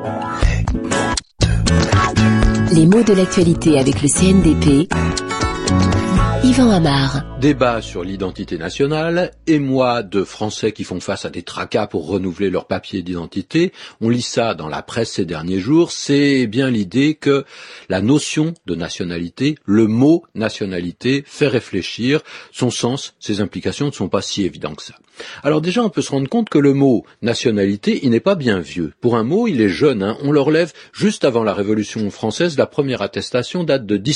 Les mots de l'actualité avec le CNDP. Yvan Amar. Débat sur l'identité nationale, émoi de Français qui font face à des tracas pour renouveler leur papier d'identité. On lit ça dans la presse ces derniers jours. C'est bien l'idée que la notion de nationalité, le mot nationalité, fait réfléchir. Son sens, ses implications ne sont pas si évidentes que ça. Alors déjà, on peut se rendre compte que le mot nationalité, il n'est pas bien vieux. Pour un mot, il est jeune. On le relève juste avant la Révolution française. La première attestation date de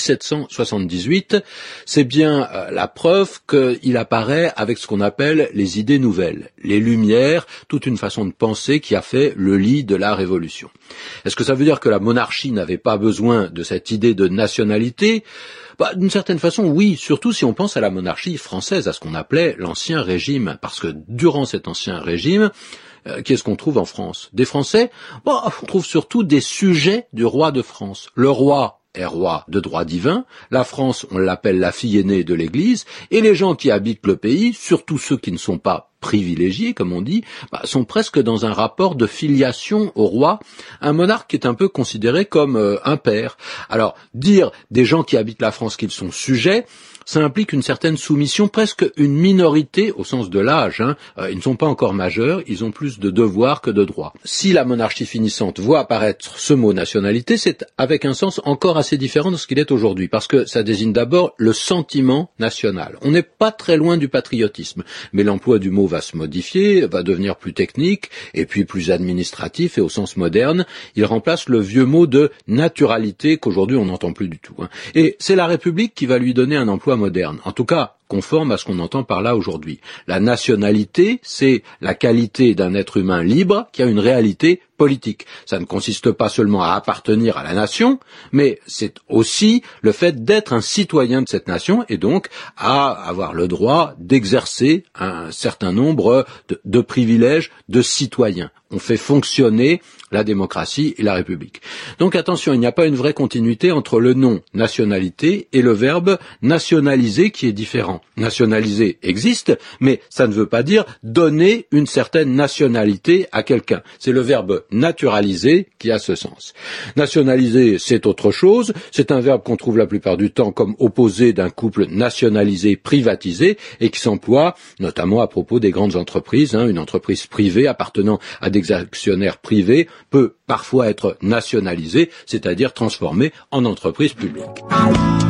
1778. C'est bien la preuve qu'il apparaît avec ce qu'on appelle les idées nouvelles, les Lumières, toute une façon de penser qui a fait le lit de la Révolution. Est-ce que ça veut dire que la monarchie n'avait pas besoin de cette idée de nationalité ? D'une certaine façon, oui, surtout si on pense à la monarchie française, à ce qu'on appelait l'Ancien Régime, parce que durant cet Ancien Régime, qu'est-ce qu'on trouve en France ? Des Français ? On trouve surtout des sujets du roi de France. Le roi est roi de droit divin, la France, on l'appelle la fille aînée de l'Église, et les gens qui habitent le pays, surtout ceux qui ne sont pas privilégiés, comme on dit, sont presque dans un rapport de filiation au roi, un monarque qui est un peu considéré comme un père. Alors, dire des gens qui habitent la France qu'ils sont sujets, ça implique une certaine soumission, presque une minorité au sens de l'âge. Ils ne sont pas encore majeurs, ils ont plus de devoirs que de droits. Si la monarchie finissante voit apparaître ce mot nationalité, c'est avec un sens encore assez différent de ce qu'il est aujourd'hui, parce que ça désigne d'abord le sentiment national. On n'est pas très loin du patriotisme, mais l'emploi du mot va se modifier, va devenir plus technique, et puis plus administratif, et au sens moderne, il remplace le vieux mot de naturalité qu'aujourd'hui on n'entend plus du tout. Et c'est la République qui va lui donner un emploi moderne, en tout cas conforme à ce qu'on entend par là aujourd'hui. La nationalité, c'est la qualité d'un être humain libre qui a une réalité politique. Ça ne consiste pas seulement à appartenir à la nation, mais c'est aussi le fait d'être un citoyen de cette nation et donc à avoir le droit d'exercer un certain nombre de privilèges de citoyens. On fait fonctionner la démocratie et la République. Donc attention, il n'y a pas une vraie continuité entre le nom nationalité et le verbe nationaliser qui est différent. Nationaliser existe, mais ça ne veut pas dire donner une certaine nationalité à quelqu'un. C'est le verbe naturaliser qui a ce sens. Nationaliser, c'est autre chose. C'est un verbe qu'on trouve la plupart du temps comme opposé d'un couple nationalisé, privatisé, et qui s'emploie notamment à propos des grandes entreprises. Une entreprise privée appartenant à des actionnaires privés peut parfois être nationalisée, c'est-à-dire transformée en entreprise publique.